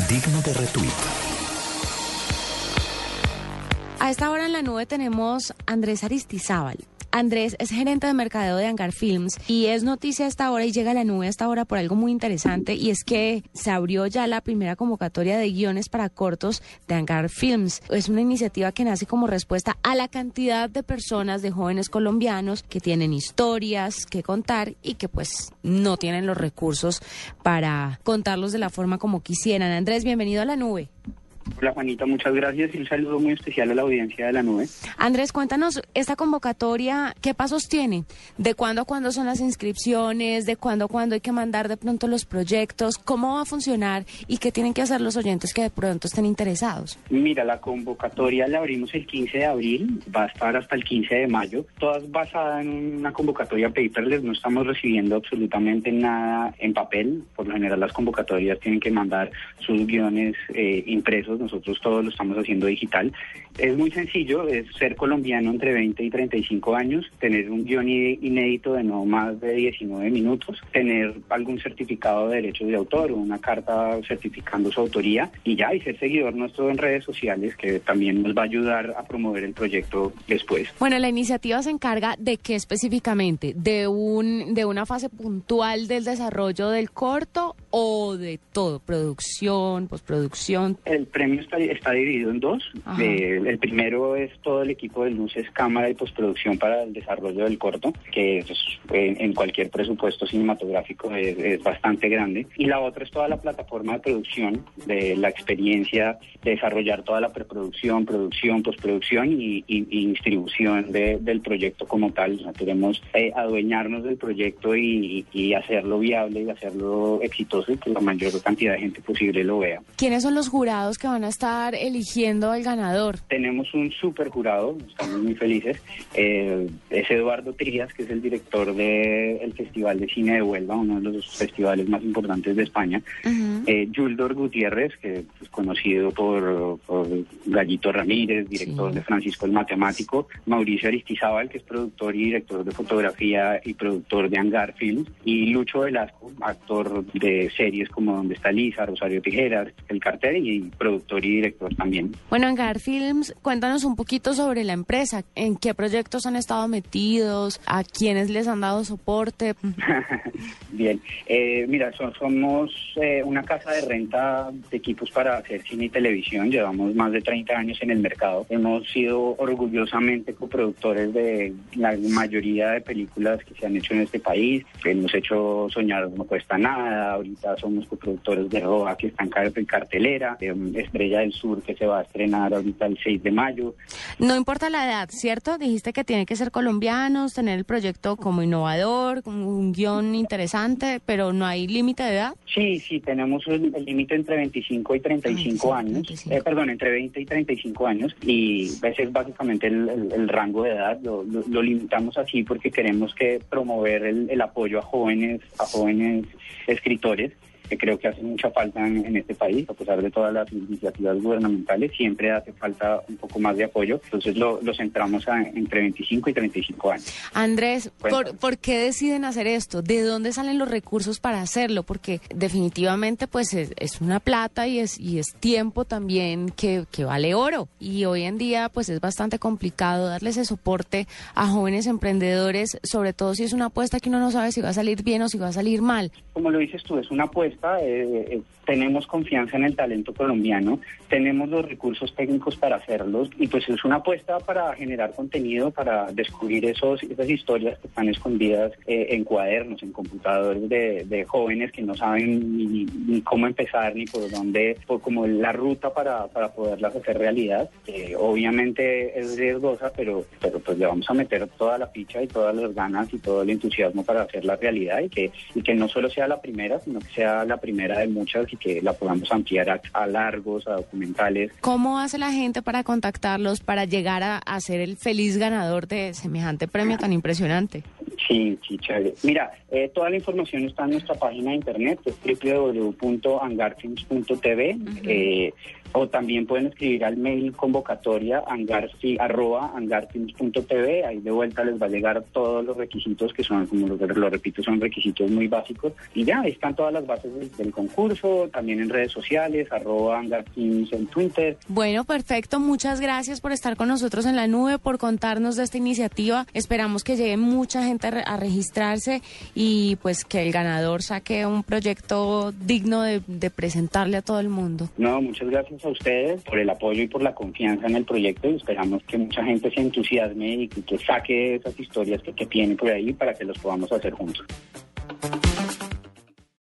digno de retweet. A esta hora en la nube tenemos a Andrés Aristizábal. Andrés es gerente de mercadeo de Hangar Films y es noticia a esta hora y llega a la nube a esta hora por algo muy interesante, y es que se abrió ya la primera convocatoria de guiones para cortos de Hangar Films. Es una iniciativa que nace como respuesta a la cantidad de personas, de jóvenes colombianos que tienen historias que contar y que pues no tienen los recursos para contarlos de la forma como quisieran. Andrés, bienvenido a la nube. Hola Juanita, muchas gracias y un saludo muy especial a la audiencia de la nube. Andrés, cuéntanos esta convocatoria, ¿qué pasos tiene? ¿De cuándo a cuándo son las inscripciones? ¿De cuándo a cuándo hay que mandar de pronto los proyectos? ¿Cómo va a funcionar? ¿Y qué tienen que hacer los oyentes que de pronto estén interesados? Mira, la convocatoria la abrimos el 15 de abril, va a estar hasta el 15 de mayo. Todas basadas en una convocatoria paperless, no estamos recibiendo absolutamente nada en papel. Por lo general las convocatorias tienen que mandar sus guiones impresos. Nosotros todos lo estamos haciendo digital. Es muy sencillo, es ser colombiano entre 20 y 35 años, tener un guión inédito de no más de 19 minutos, tener algún certificado de derechos de autor o una carta certificando su autoría y ya, y ser seguidor nuestro en redes sociales, que también nos va a ayudar a promover el proyecto después. Bueno, la iniciativa se encarga de qué específicamente, de una fase puntual del desarrollo del corto o de todo, producción, postproducción. El premio está dividido en dos. El primero es todo el equipo de luces, cámara y postproducción para el desarrollo del corto, que pues, en cualquier presupuesto cinematográfico es bastante grande. Y la otra es toda la plataforma de producción, de la experiencia de desarrollar toda la preproducción, producción, postproducción y distribución del proyecto como tal. O sea, queremos adueñarnos del proyecto y hacerlo viable y hacerlo exitoso y que la mayor cantidad de gente posible lo vea. ¿Quiénes son los jurados que van a estar eligiendo al ganador? Tenemos un super jurado, estamos muy felices. Es Eduardo Trías, que es el director del Festival de Cine de Huelva, uno de los festivales más importantes de España. Yuldor Gutiérrez, que es conocido por Gallito Ramírez, director de Francisco el Matemático. Mauricio Aristizábal, que es productor y director de fotografía y productor de Hangar Films. Y Lucho Velasco, actor de series como Donde está Lisa, Rosario Tijeras, El Cartel, y productor y director también. Bueno, Hangar Films, cuéntanos un poquito sobre la empresa. ¿En qué proyectos han estado metidos? ¿A quiénes les han dado soporte? Bien, mira, somos una casa de renta de equipos para hacer cine y televisión. Llevamos más de 30 años en el mercado. Hemos sido orgullosamente coproductores de la mayoría de películas que se han hecho en este país. Hemos hecho Soñar no cuesta nada. Ahorita somos coproductores de Roja, que está en cartelera. Estrella del Sur, que se va a estrenar ahorita el 6 de mayo. No importa la edad, ¿cierto? Dijiste que tienen que ser colombianos, tener el proyecto como innovador, como un guión interesante, pero ¿no hay límite de edad? Sí, tenemos el límite entre 25 y 35 años. Entre 20 y 35 años, y ese es básicamente el rango de edad. Lo limitamos así porque queremos que promover el apoyo a jóvenes escritores, que creo que hace mucha falta en este país. A pesar de todas las iniciativas gubernamentales, siempre hace falta un poco más de apoyo. Entonces lo centramos entre 25 y 35 años. Andrés, ¿por qué deciden hacer esto? ¿De dónde salen los recursos para hacerlo? Porque definitivamente pues es una plata y es tiempo también que vale oro. Y hoy en día pues es bastante complicado darle ese soporte a jóvenes emprendedores, sobre todo si es una apuesta que uno no sabe si va a salir bien o si va a salir mal. Como lo dices tú, es una apuesta. Tenemos confianza en el talento colombiano, tenemos los recursos técnicos para hacerlos, y pues es una apuesta para generar contenido, para descubrir esas historias que están escondidas en cuadernos, en computadores de jóvenes que no saben ni cómo empezar, ni por dónde, como la ruta para poderlas hacer realidad. Obviamente es riesgosa, pero pues le vamos a meter toda la ficha y todas las ganas y todo el entusiasmo para hacerla realidad, y que no solo sea la primera, sino que sea la primera de muchas y que la podamos ampliar a largos, a documentales. ¿Cómo hace la gente para contactarlos, para llegar a ser el feliz ganador de semejante premio tan impresionante? Sí, chévere. Mira, toda la información está en nuestra página de internet, que es www.hangarfilms.tv. O también pueden escribir al mail convocatoria @angarfilms.tv. Ahí de vuelta les va a llegar todos los requisitos que son, como lo repito, son requisitos muy básicos. Y ya, ahí están todas las bases del concurso, también en redes sociales, @angarfilms en Twitter. Bueno, perfecto. Muchas gracias por estar con nosotros en la nube, por contarnos de esta iniciativa. Esperamos que llegue mucha gente a registrarse y pues que el ganador saque un proyecto digno de presentarle a todo el mundo. No, muchas gracias a ustedes por el apoyo y por la confianza en el proyecto, y esperamos que mucha gente se entusiasme y que saque esas historias que tiene por ahí para que los podamos hacer juntos.